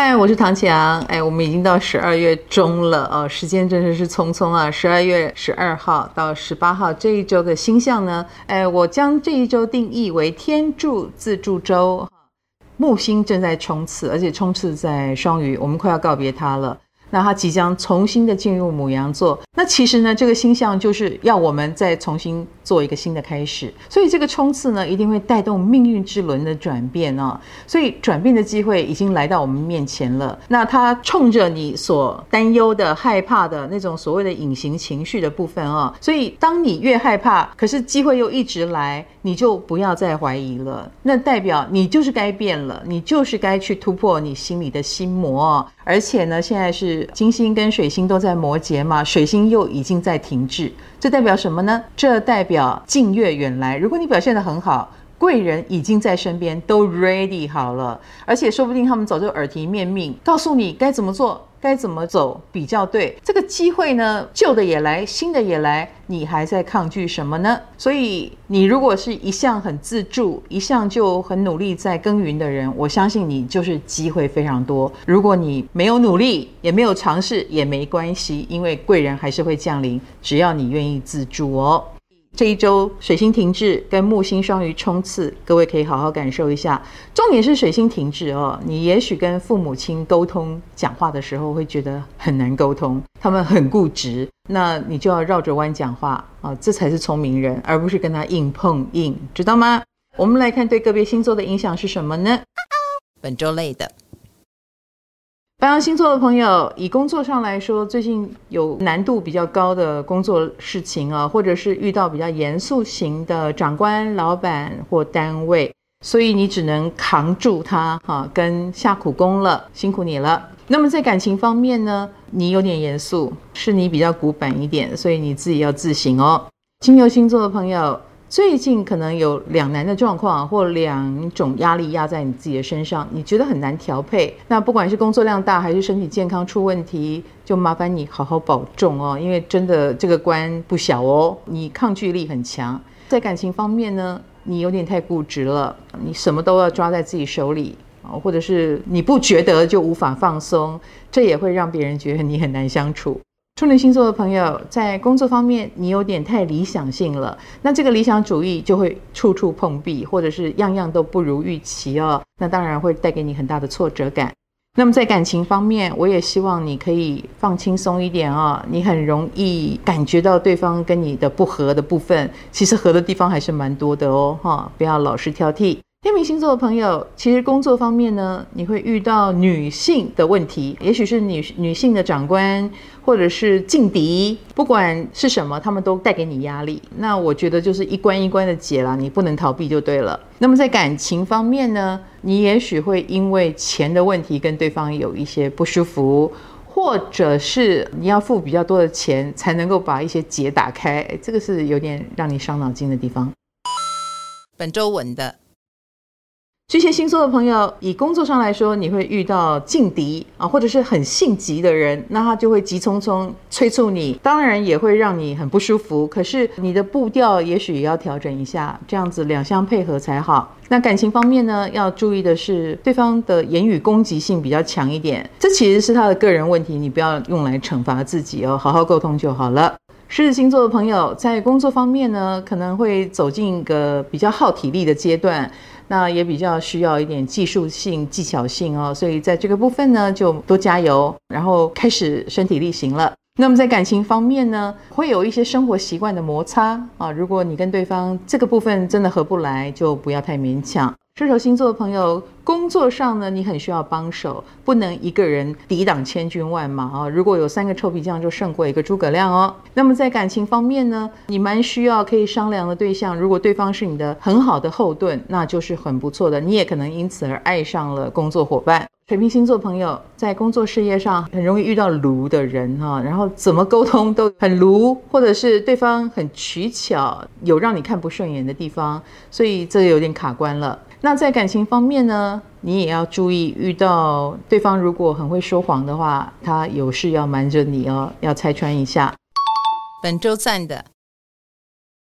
嗨，我是唐强。我们已经到12月中了时间真的是匆匆啊。12月12号到18号这一周的星象呢，我将这一周定义为天柱自助周。木星正在冲刺，而且冲刺在双鱼，我们快要告别它了。那它即将重新的进入牡羊座，那其实呢，这个星象就是要我们再重新做一个新的开始，所以这个冲刺呢，一定会带动命运之轮的转变所以转变的机会已经来到我们面前了。那它冲着你所担忧的、害怕的那种所谓的隐形情绪的部分所以当你越害怕，可是机会又一直来，你就不要再怀疑了，那代表你就是该变了，你就是该去突破你心里的心魔而且呢，现在是金星跟水星都在摩羯嘛，水星又已经在停滞，这代表什么呢？这代表近月远来，如果你表现得很好，贵人已经在身边，都 ready 好了，而且说不定他们早就耳提面命，告诉你该怎么做，该怎么走比较对。这个机会呢，旧的也来，新的也来，你还在抗拒什么呢？所以你如果是一向很自助，一向就很努力在耕耘的人，我相信你就是机会非常多。如果你没有努力，也没有尝试，也没关系，因为贵人还是会降临，只要你愿意自助这一周水星停滞跟木星双鱼冲刺，各位可以好好感受一下。重点是水星停滞你也许跟父母亲沟通讲话的时候会觉得很难沟通，他们很固执，那你就要绕着弯讲话这才是聪明人，而不是跟他硬碰硬，知道吗？我们来看对个别星座的影响是什么呢？ 本周类的白羊星座的朋友，以工作上来说，最近有难度比较高的工作事情或者是遇到比较严肃型的长官、老板或单位，所以你只能扛住它跟下苦功了，辛苦你了。那么在感情方面呢，你有点严肃，是你比较古板一点，所以你自己要自省金牛星座的朋友，最近可能有两难的状况或两种压力压在你自己的身上，你觉得很难调配，那不管是工作量大还是身体健康出问题，就麻烦你好好保重因为真的这个关不小你抗拒力很强。在感情方面呢，你有点太固执了，你什么都要抓在自己手里或者是你不觉得就无法放松，这也会让别人觉得你很难相处。处女星座的朋友，在工作方面你有点太理想性了，那这个理想主义就会处处碰壁，或者是样样都不如预期那当然会带给你很大的挫折感。那么在感情方面，我也希望你可以放轻松一点你很容易感觉到对方跟你的不合的部分，其实合的地方还是蛮多的不要老是挑剔。天秤星座的朋友，其实工作方面呢，你会遇到女性的问题，也许是女性的长官或者是劲敌，不管是什么，他们都带给你压力。那我觉得就是一关一关的解啦，你不能逃避就对了。那么在感情方面呢，你也许会因为钱的问题跟对方有一些不舒服，或者是你要付比较多的钱才能够把一些结打开，这个是有点让你伤脑筋的地方。 本周稳的巨蟹星座的朋友，以工作上来说，你会遇到劲敌或者是很性急的人，那他就会急匆匆催促你，当然也会让你很不舒服，可是你的步调也许也要调整一下，这样子两相配合才好。那感情方面呢，要注意的是对方的言语攻击性比较强一点，这其实是他的个人问题，你不要用来惩罚自己好好沟通就好了。狮子星座的朋友，在工作方面呢，可能会走进一个比较耗体力的阶段，那也比较需要一点技术性、技巧性所以在这个部分呢，就多加油，然后开始身体力行了。那么在感情方面呢，会有一些生活习惯的摩擦如果你跟对方这个部分真的合不来，就不要太勉强。射手星座的朋友，工作上呢，你很需要帮手，不能一个人抵挡千军万马如果有3个臭皮匠，就胜过1个诸葛亮那么在感情方面呢，你蛮需要可以商量的对象，如果对方是你的很好的后盾，那就是很不错的，你也可能因此而爱上了工作伙伴。水瓶星座朋友，在工作事业上很容易遇到卢的人然后怎么沟通都很卢，或者是对方很取巧，有让你看不顺眼的地方，所以这有点卡关了。那在感情方面呢，你也要注意，遇到对方如果很会说谎的话，他有事要瞒着你要拆穿一下。 本周赞的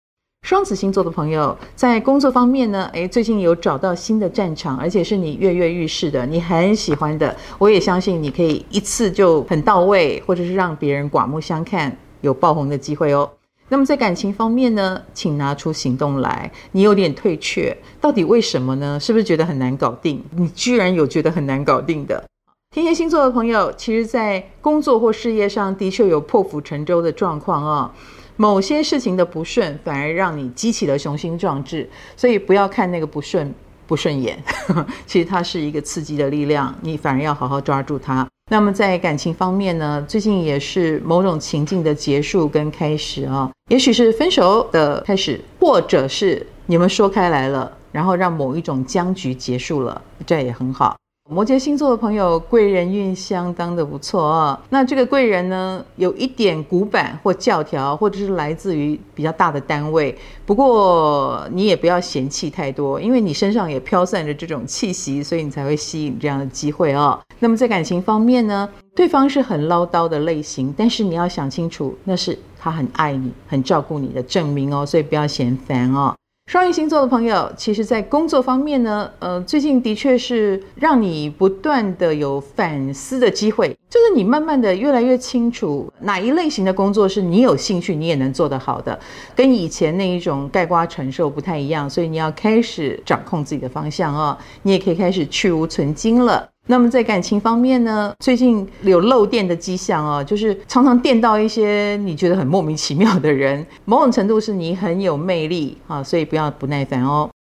双子星座的朋友在工作方面呢，最近有找到新的战场，而且是你跃跃欲试的，你很喜欢的，我也相信你可以一次就很到位，或者是让别人刮目相看，有爆红的机会哦。那么在感情方面呢，请拿出行动来。你有点退却，到底为什么呢？是不是觉得很难搞定？你居然有觉得很难搞定的。天蝎星座的朋友，其实在工作或事业上的确有破釜沉舟的状况哦。某些事情的不顺反而让你激起了雄心壮志，所以不要看那个不顺眼其实它是一个刺激的力量，你反而要好好抓住它。那么在感情方面呢，最近也是某种情境的结束跟开始啊，也许是分手的开始，或者是你们说开来了，然后让某一种僵局结束了，这也很好。摩羯星座的朋友，贵人运相当的不错啊。那这个贵人呢，有一点古板或教条，或者是来自于比较大的单位。不过你也不要嫌弃太多，因为你身上也飘散着这种气息，所以你才会吸引这样的机会哦。那么在感情方面呢，对方是很唠叨的类型，但是你要想清楚，那是他很爱你、很照顾你的证明哦，所以不要嫌烦哦。双鱼星座的朋友，其实在工作方面呢，最近的确是让你不断的有反思的机会，就是你慢慢的越来越清楚哪一类型的工作是你有兴趣你也能做得好的，跟以前那一种概括承受不太一样，所以你要开始掌控自己的方向哦，你也可以开始去无存精了。那么在感情方面呢，最近有漏电的迹象哦，就是常常电到一些你觉得很莫名其妙的人，某种程度是你很有魅力啊，所以不要不耐烦哦。